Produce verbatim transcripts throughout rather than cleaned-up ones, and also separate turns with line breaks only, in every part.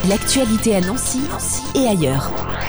L'actualité à Nancy, Nancy et ailleurs.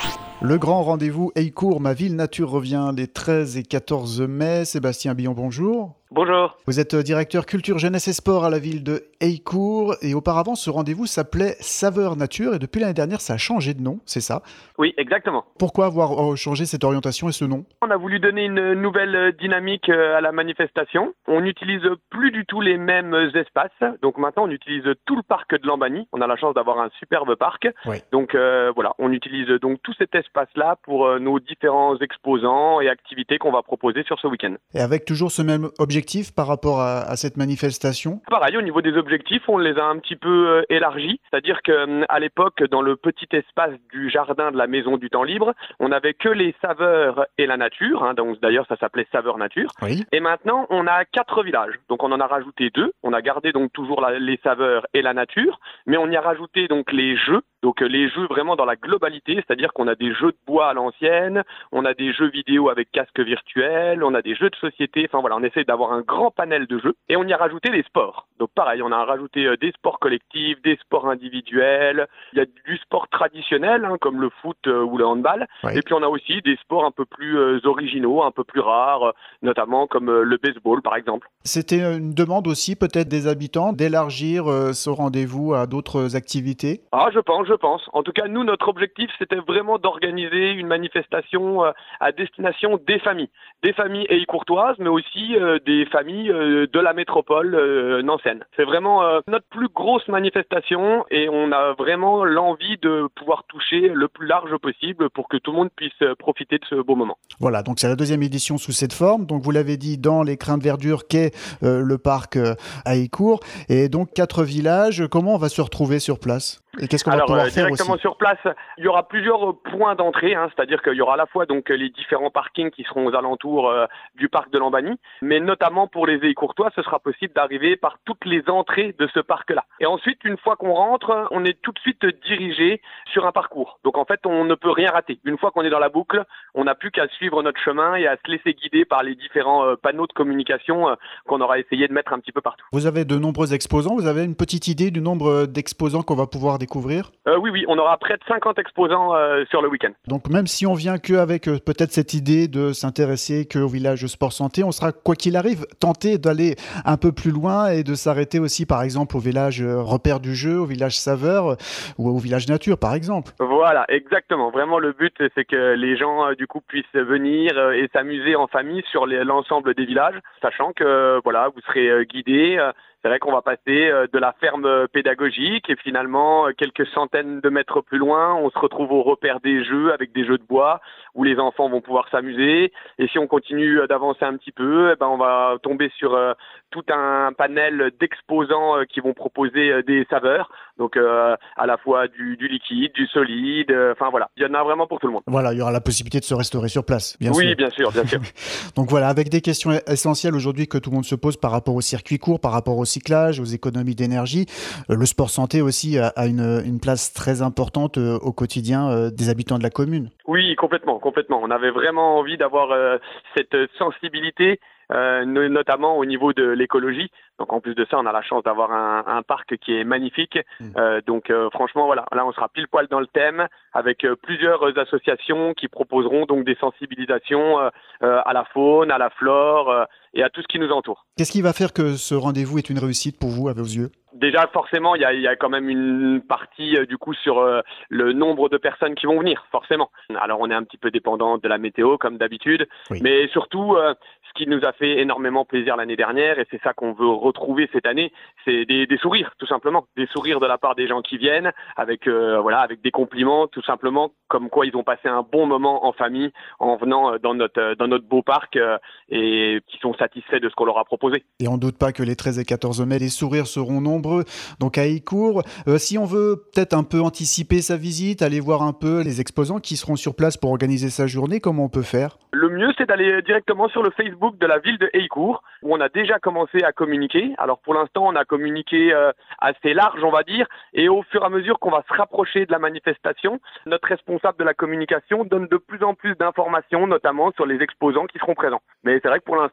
Le grand rendez-vous Heycourt, ma ville nature revient les treize et quatorze mai. Sébastien Billon, bonjour.
Bonjour.
Vous êtes directeur culture, jeunesse et sport à la ville de Heycourt et auparavant ce rendez-vous s'appelait Saveur Nature et depuis l'année dernière ça a changé de nom, c'est ça?
Oui, exactement.
Pourquoi avoir changé cette orientation et ce nom?
On a voulu donner une nouvelle dynamique à la manifestation. On n'utilise plus du tout les mêmes espaces. Donc maintenant on utilise tout le parc de Lambany. On a la chance d'avoir un superbe parc.
Oui.
Donc euh, voilà, on utilise donc tout cet espace-là pour euh, nos différents exposants et activités qu'on va proposer sur ce week-end.
Et avec toujours ce même objectif par rapport à, à cette manifestation?
Pareil, au niveau des objectifs, on les a un petit peu euh, élargis. C'est-à-dire qu'à l'époque, dans le petit espace du jardin de la Maison du Temps Libre, on n'avait que les saveurs et la nature. Hein, donc d'ailleurs, ça s'appelait Saveurs Nature.
Oui.
Et maintenant, on a quatre villages. Donc on en a rajouté deux. On a gardé donc toujours la, les saveurs et la nature, mais on y a rajouté donc les jeux. Donc les jeux vraiment dans la globalité, c'est-à-dire qu'on a des jeux de bois à l'ancienne, on a des jeux vidéo avec casque virtuel, on a des jeux de société, enfin voilà, on essaie d'avoir un grand panel de jeux et on y a rajouté des sports. Donc pareil, on a rajouté des sports collectifs, des sports individuels, il y a du sport traditionnel hein, comme le foot euh, ou le handball,
Oui.
et puis on a aussi des sports un peu plus euh, originaux, un peu plus rares, euh, notamment comme euh, le baseball par exemple.
C'était une demande aussi peut-être des habitants d'élargir euh, ce rendez-vous à d'autres activités?
Ah, je pense, je pense. En tout cas, nous, notre objectif, c'était vraiment d'organiser une manifestation euh, à destination des familles. Des familles heycourtoises, mais aussi euh, des familles euh, de la métropole euh, nancéenne. C'est vraiment euh, notre plus grosse manifestation et on a vraiment l'envie de pouvoir toucher le plus large possible pour que tout le monde puisse profiter de ce beau moment.
Voilà, donc c'est la deuxième édition sous cette forme. Donc vous l'avez dit, dans les crins de verdure qu'est euh, le parc euh, à Heycourt. Et donc quatre villages, comment on va se retrouver sur place? Et qu'est-ce qu'on va
Alors,
pouvoir
euh,
faire
directement
aussi?
sur place, il y aura plusieurs points d'entrée, hein, c'est-à-dire qu'il y aura à la fois donc les différents parkings qui seront aux alentours euh, du parc de Lambany, mais notamment pour les Heycourtois, ce sera possible d'arriver par toutes les entrées de ce parc-là. Et ensuite, une fois qu'on rentre, on est tout de suite dirigé sur un parcours. Donc en fait, on ne peut rien rater. Une fois qu'on est dans la boucle, on n'a plus qu'à suivre notre chemin et à se laisser guider par les différents euh, panneaux de communication euh, qu'on aura essayé de mettre un petit peu partout.
Vous avez de nombreux exposants, vous avez une petite idée du nombre d'exposants qu'on va pouvoir découvrir?
Euh, oui, oui, on aura près de cinquante exposants euh, sur le week-end.
Donc même si on vient qu'avec euh, peut-être cette idée de s'intéresser qu'au village sport santé, on sera quoi qu'il arrive tenté d'aller un peu plus loin et de s'arrêter aussi par exemple au village euh, repère du jeu, au village saveur euh, ou au village nature par exemple.
Voilà, exactement. Vraiment le but c'est que les gens euh, du coup puissent venir euh, et s'amuser en famille sur les, l'ensemble des villages, sachant que euh, voilà, vous serez euh, guidés. Euh, C'est vrai qu'on va passer de la ferme pédagogique et finalement, quelques centaines de mètres plus loin, on se retrouve au repère des jeux avec des jeux de bois où les enfants vont pouvoir s'amuser. Et si on continue d'avancer un petit peu, eh ben on va tomber sur euh, tout un panel d'exposants euh, qui vont proposer euh, des saveurs. Donc euh, à la fois du, du liquide, du solide, euh, enfin voilà, il y en a vraiment pour tout le monde.
Voilà, il y aura la possibilité de se restaurer sur place, bien
oui,
sûr.
bien sûr, bien sûr.
Donc voilà, avec des questions essentielles aujourd'hui que tout le monde se pose par rapport au circuit court, par rapport au cyclage, aux économies d'énergie. Euh, le sport santé aussi a, a une, une place très importante euh, au quotidien euh, des habitants de la commune.
Oui, complètement, complètement. On avait vraiment envie d'avoir euh, cette sensibilité, euh, notamment au niveau de l'écologie. Donc en plus de ça, on a la chance d'avoir un, un parc qui est magnifique. Mmh. Euh, donc euh, franchement, voilà, là on sera pile poil dans le thème avec euh, plusieurs associations qui proposeront donc des sensibilisations euh, euh, à la faune, à la flore euh, et à tout ce qui nous entoure.
Qu'est-ce qui va faire que ce rendez-vous est une réussite pour vous, à vos yeux ?
Déjà, forcément, il y a, y a quand même une partie euh, du coup sur euh, le nombre de personnes qui vont venir, forcément. Alors, on est un petit peu dépendant de la météo, comme d'habitude, oui. Mais surtout, euh, ce qui nous a fait énormément plaisir l'année dernière, et c'est ça qu'on veut retrouver cette année, c'est des, des sourires, tout simplement, des sourires de la part des gens qui viennent, avec euh, voilà, avec des compliments, tout simplement, comme quoi ils ont passé un bon moment en famille en venant dans notre dans notre beau parc euh, et qui sont satisfaits de ce qu'on leur a proposé.
Et on ne doute pas que les treize et quatorze mai, les sourires seront nombreux. Donc à Heycourt, euh, si on veut peut-être un peu anticiper sa visite, aller voir un peu les exposants qui seront sur place pour organiser sa journée, comment on peut faire ?
Le mieux, c'est d'aller directement sur le Facebook de la ville de Heycourt, où on a déjà commencé à communiquer. Alors pour l'instant, on a communiqué euh, assez large, on va dire, et au fur et à mesure qu'on va se rapprocher de la manifestation, notre responsable de la communication donne de plus en plus d'informations, notamment sur les exposants qui seront présents. Mais c'est vrai que pour l'instant, on laisse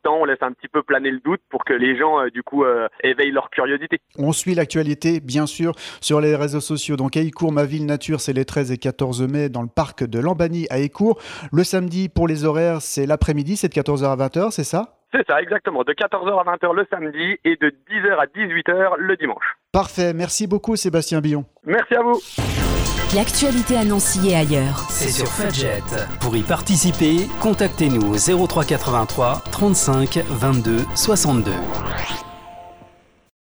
laisse un petit peu planer le doute pour que les gens, euh, du coup, euh, éveillent leur curiosité.
On suit l'actualité, bien sûr, sur les réseaux sociaux. Donc à Écourt, ma ville nature, c'est les treize et quatorze mai dans le parc de Lambany à Écourt. Le samedi, pour les horaires, c'est l'après-midi, c'est de quatorze heures à vingt heures, c'est ça ?
C'est ça, exactement. De quatorze heures à vingt heures le samedi et de dix heures à dix-huit heures le dimanche.
Parfait. Merci beaucoup, Sébastien Billon.
Merci à vous.
L'actualité à Nancy et ailleurs.
C'est sur Fudget. Pour y participer, contactez-nous au zéro trois quatre-vingt-trois trente-cinq vingt-deux soixante-deux.